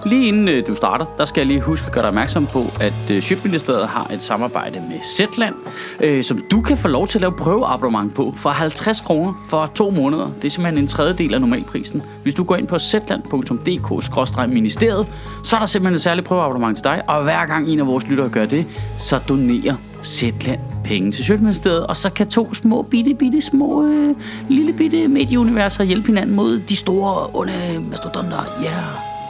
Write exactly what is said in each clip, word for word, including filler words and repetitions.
lige inden øh, du starter, der skal jeg lige huske at gøre dig opmærksom på, at øh, Sjøtministeriet har et samarbejde med Zetland, øh, som du kan få lov til at lave prøveabonnement på for halvtreds kroner for to måneder. Det er simpelthen en tredjedel af normalprisen. Hvis du går ind på zetland punktum d k skråstreg ministeriet, så er der simpelthen et særligt prøveabonnement til dig, og hver gang en af vores lyttere gør det, så donerer Zetland penge til Sjøtministeriet, og så kan to små, bitte, bitte, små, øh, lille bitte medieuniverser hjælpe hinanden mod de store, onde mastodonter. Ja. Yeah.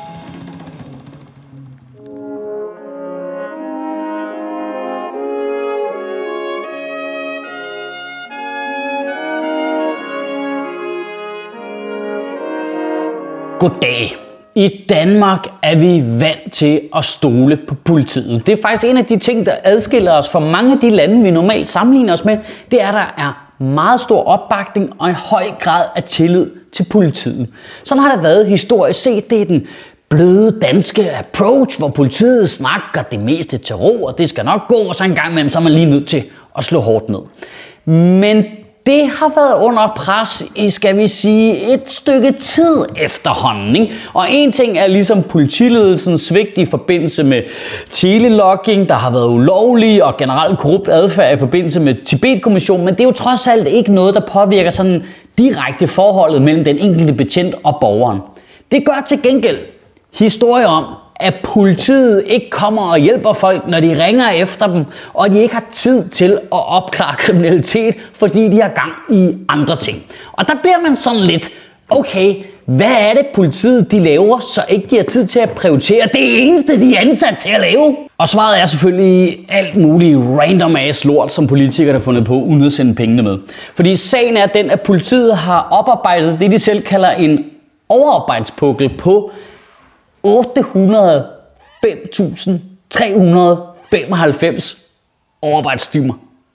Goddag. I Danmark er vi vant til at stole på politiet. Det er faktisk en af de ting, der adskiller os fra mange af de lande, vi normalt sammenligner os med. Det er, at der er meget stor opbakning og en høj grad af tillid til politiet. Sådan har det været historisk set. Det er den bløde danske approach, hvor politiet snakker det meste til ro, og det skal nok gå, og så en gang imellem, så er man lige nødt til at slå hårdt ned. Men det har været under pres i, skal vi sige, et stykke tid efterhånden. Ikke? Og en ting er ligesom politiledelsens svigt i forbindelse med telelogging, der har været ulovlig, og generelt korrupt adfærd i forbindelse med Tibet-kommissionen, men det er jo trods alt ikke noget, der påvirker sådan direkte forholdet mellem den enkelte betjent og borgeren. Det gør til gengæld historie om, at politiet ikke kommer og hjælper folk, når de ringer efter dem, og de ikke har tid til at opklare kriminalitet, fordi de har gang i andre ting. Og der bliver man sådan lidt, okay, hvad er det politiet de laver, så ikke de har tid til at prioritere det eneste, de er ansat til at lave? Og svaret er selvfølgelig alt muligt random ass lort, som politikere har fundet på, uden at sende pengene med. Fordi sagen er den, at politiet har oparbejdet det, de selv kalder en overarbejdspukkel på otte hundrede og fem tusind tre hundrede og femoghalvfems overarbejdstimer.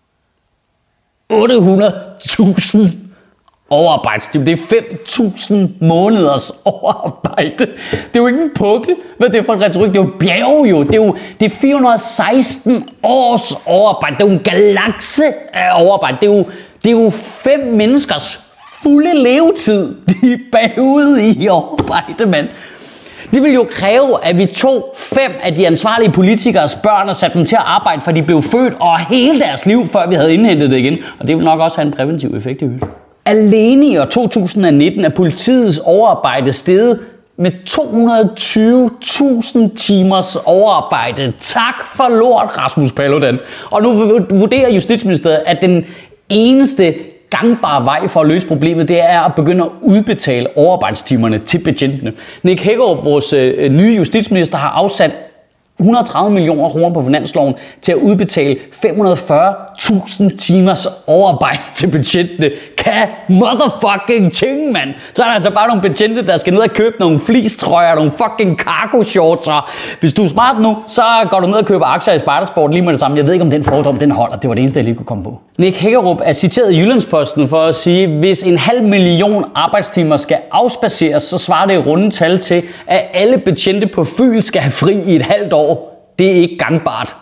otte hundrede tusind overarbejdstimer. Det er fem tusind måneders overarbejde. Det er jo ikke en pukkel. Hvad er det for en retorik? Det er jo bjerg jo. Det er jo det er fire hundrede og seksten års overarbejde. Det er jo en galakse af overarbejde. Det er jo, det er jo fem menneskers fulde levetid, de er bagude i overarbejde, mand. Det ville jo kræve, at vi tog fem af de ansvarlige politikers børn og satte dem til at arbejde, for de blev født og hele deres liv, før vi havde indhentet det igen. Og det vil nok også have en præventiv effekt i øvrigt. Alene i år to tusind og nitten er politiets overarbejde steget med to hundrede og tyve tusind timers overarbejde. Tak for lort, Rasmus Paludan. Og nu vurderer Justitsministeriet, at den eneste gangbare vej for at løse problemet, det er at begynde at udbetale overarbejdstimerne til betjentene. Nick Hækkerup, vores øh, nye justitsminister, har afsat et hundrede og tredive millioner kroner på finansloven til at udbetale fem hundrede og fyrre tusind timers overarbejde til betjentene. Kan motherfucking ting, mand! Så er der altså bare nogle betjente, der skal ned og købe nogle fleecetrøjer, nogle fucking cargo shorts. Og hvis du er smart nu, så går du ned og køber aktier i Spejdersport lige med det samme. Jeg ved ikke, om den fordom den holder. Det var det eneste, jeg lige kunne komme på. Nick Hækkerup er citeret i Jyllandsposten for at sige, hvis en halv million arbejdstimer skal afspaceres, så svarer det i runde tal til, at alle betjente på Fyn skal have fri i et halvt år. Det er ikke gangbart.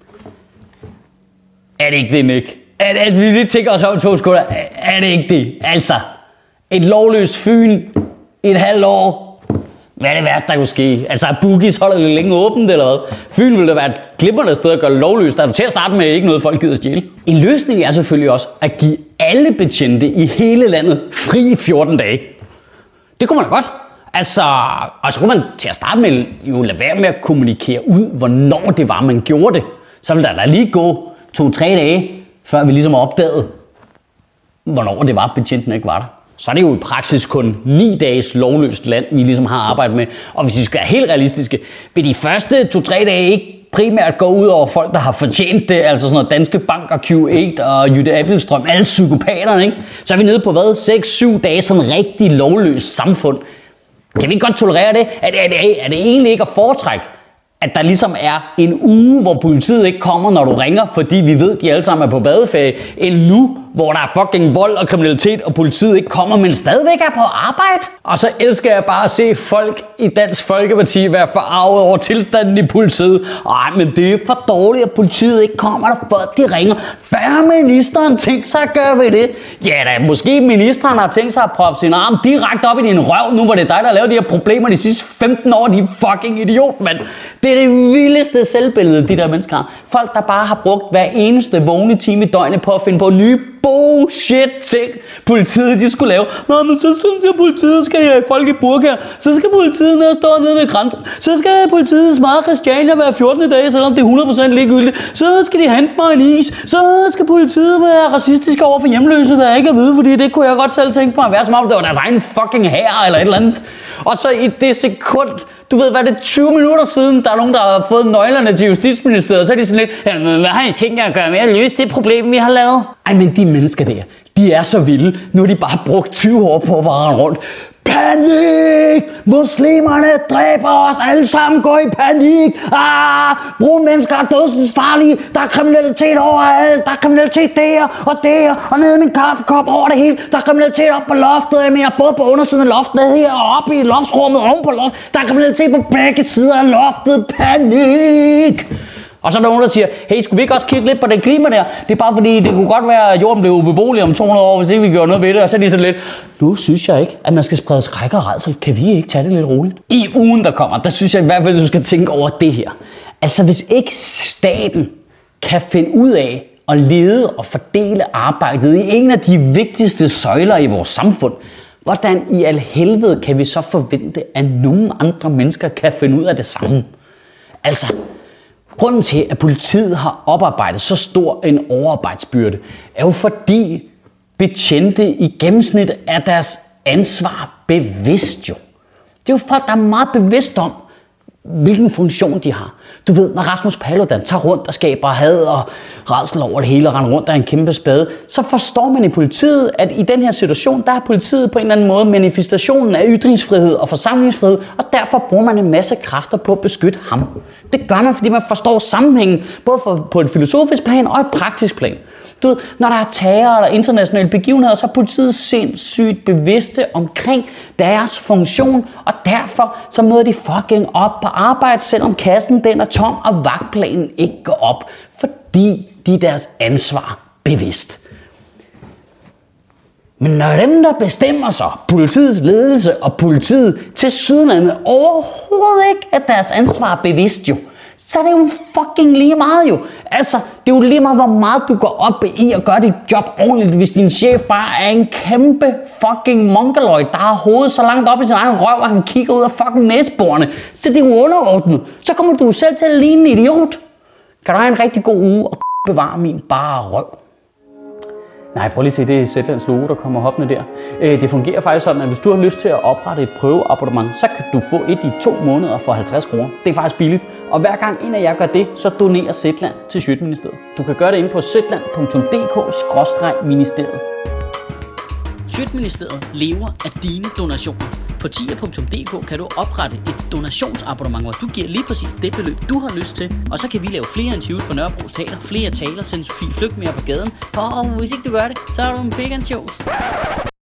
Er det ikke det, Nick? At, at vi lige tænker os om to sekunder. Er det ikke det? Altså, et lovløst Fyn i et halvt år. Hvad er det værste, der kunne ske? Altså, boogies holder det længe åbent, eller hvad? Fyn ville da være et glimrende sted at gøre det lovløst. Der er til at starte med ikke noget, folk gider stjæle. En løsning er selvfølgelig også at give alle betjente i hele landet fri i fjorten dage. Det kunne man da godt. Altså, og så kunne man til at starte med jo lade være med at kommunikere ud, hvornår det var, man gjorde det. Så ville der da lige gå to-tre dage, før vi ligesom opdagede, hvornår det var, betjenten ikke var der. Så er det jo i praksis kun ni dages lovløst land, vi ligesom har arbejdet med. Og hvis vi skal være helt realistiske, vil de første to-tre dage ikke primært gå ud over folk, der har fortjent det, altså sådan noget Danske Bank og Q otte og Jytte Appelstrøm, alle psykopaterne, ikke? Så er vi nede på hvad? seks-syv dage sådan rigtig lovløst samfund. Kan vi ikke godt tolerere det? Er det, er det, er det egentlig ikke at foretrække, at der ligesom er en uge, hvor politiet ikke kommer, når du ringer, fordi vi ved, at de alle sammen er på badeferie, end nu, hvor der er fucking vold og kriminalitet, og politiet ikke kommer, men stadigvæk er på arbejde. Og så elsker jeg bare at se folk i Dansk Folkeparti være forarvet over tilstanden i politiet. Ej, men det er for dårligt, at politiet ikke kommer, der folk de ringer. Hvad har ministeren tænkt sig at gøre ved det? Ja da, måske ministeren har tænkt sig at proppe sin arm direkte op i din røv, nu hvor det er dig, der har lavet de her problemer de sidste femten år, de fucking idiot, mand. Det er det vildeste selvbillede, de der mennesker har. Folk, der bare har brugt hver eneste vågne time i døgnet på at finde på nye bullshit ting, politiet de skulle lave. Nå, men så synes jeg, at politiet skal have folk i burka. Så skal politiet ned og stå nede ved grænsen. Så skal politiet smadre Christiania hver fjortende dag, selvom det er hundrede procent ligegyldigt. Så skal de hente mig en is. Så skal politiet være racistiske over for hjemløse, der ikke er hvide, fordi det kunne jeg godt selv tænke mig at være, som om det var deres egen fucking hær eller et eller andet. Og så i det sekund, du ved hvad, det er tyve minutter siden, der er nogen, der har fået nøglerne til Justitsministeriet, så er de sådan lidt, jamen, hvad har I tænkt jer at gøre med at løse det problem, vi har lavet? Ej, men de mennesker der, de er så vilde. Nu har de bare brugt tyve år på at bare rende rundt. Panik! Muslimerne dræber os, alle sammen går i panik. Ah, brune mennesker er dødsensfarlige. Der er kriminalitet overalt. Der er kriminalitet der og der og nede i min kaffekop over det hele. Der er kriminalitet op på loftet. Jeg mener både på undersiden af loftet her og oppe i loftsrummet oven på loftet. Der er kriminalitet på begge sider af loftet. Panik! Og så er der nogen, der siger, hey, skulle vi ikke også kigge lidt på den klima der? Det er bare fordi, det kunne godt være, at jorden blev ubeboelig om to hundrede år, hvis ikke vi gjorde noget ved det. Og så er de sådan lidt, nu synes jeg ikke, at man skal sprede skræk og rædsel. Kan vi ikke tage det lidt roligt? I ugen, der kommer, der synes jeg i hvert fald, at du skal tænke over det her. Altså, hvis ikke staten kan finde ud af at lede og fordele arbejdet i en af de vigtigste søjler i vores samfund, hvordan i al helvede kan vi så forvente, at nogle andre mennesker kan finde ud af det samme? Altså, grunden til, at politiet har oparbejdet så stor en overarbejdsbyrde, er jo fordi betjente i gennemsnit er deres ansvar bevidst jo. Det er jo folk, der er meget bevidst om, hvilken funktion de har. Du ved, når Rasmus Paludan tager rundt og skaber had og rædsel over det hele og render rundt af en kæmpe spade, så forstår man i politiet, at i den her situation, der er politiet på en eller anden måde manifestationen af ytringsfrihed og forsamlingsfrihed, og derfor bruger man en masse kræfter på at beskytte ham. Det gør man, fordi man forstår sammenhængen, både for, på et filosofisk plan og et praktisk plan. Du ved, når der er terror eller internationale begivenheder, så er politiet sindssygt bevidste omkring deres funktion, og derfor så møder de fucking op på arbejde, selvom kassen den er tom, og vagtplanen ikke går op, fordi de er deres ansvar bevidst. Men når dem, der bestemmer sig, politiets ledelse og politiet til sydenlandet overhovedet ikke er deres ansvar bevidst jo, så er det jo fucking lige meget jo. Altså, det er jo lige meget, hvor meget du går op i at gøre dit job ordentligt, hvis din chef bare er en kæmpe fucking mongoloid, der har hovedet så langt op i sin egen røv, og han kigger ud af fucking næsborene. Så det er jo underordnet. Så kommer du selv til at ligne en idiot. Kan du have en rigtig god uge og bevare min bare røv? Nej, prøv lige at se, det er Zetlands logo, der kommer hoppende der. Det fungerer faktisk sådan, at hvis du har lyst til at oprette et prøveabonnement, så kan du få et i to måneder for halvtreds kroner. Det er faktisk billigt. Og hver gang en af jer gør det, så donerer Zetland til Sjøtministeriet. Du kan gøre det inde på zetland punktum d k skråstreg ministeriet. Sjøtministeriet lever af dine donationer. På tier punktum d k kan du oprette et donationsabonnement, hvor du giver lige præcis det beløb, du har lyst til. Og så kan vi lave flere interviews på Nørrebro Teater, flere taler, sende Sofie Flygt mere på gaden. Og hvis ikke du gør det, så er du en big and shows.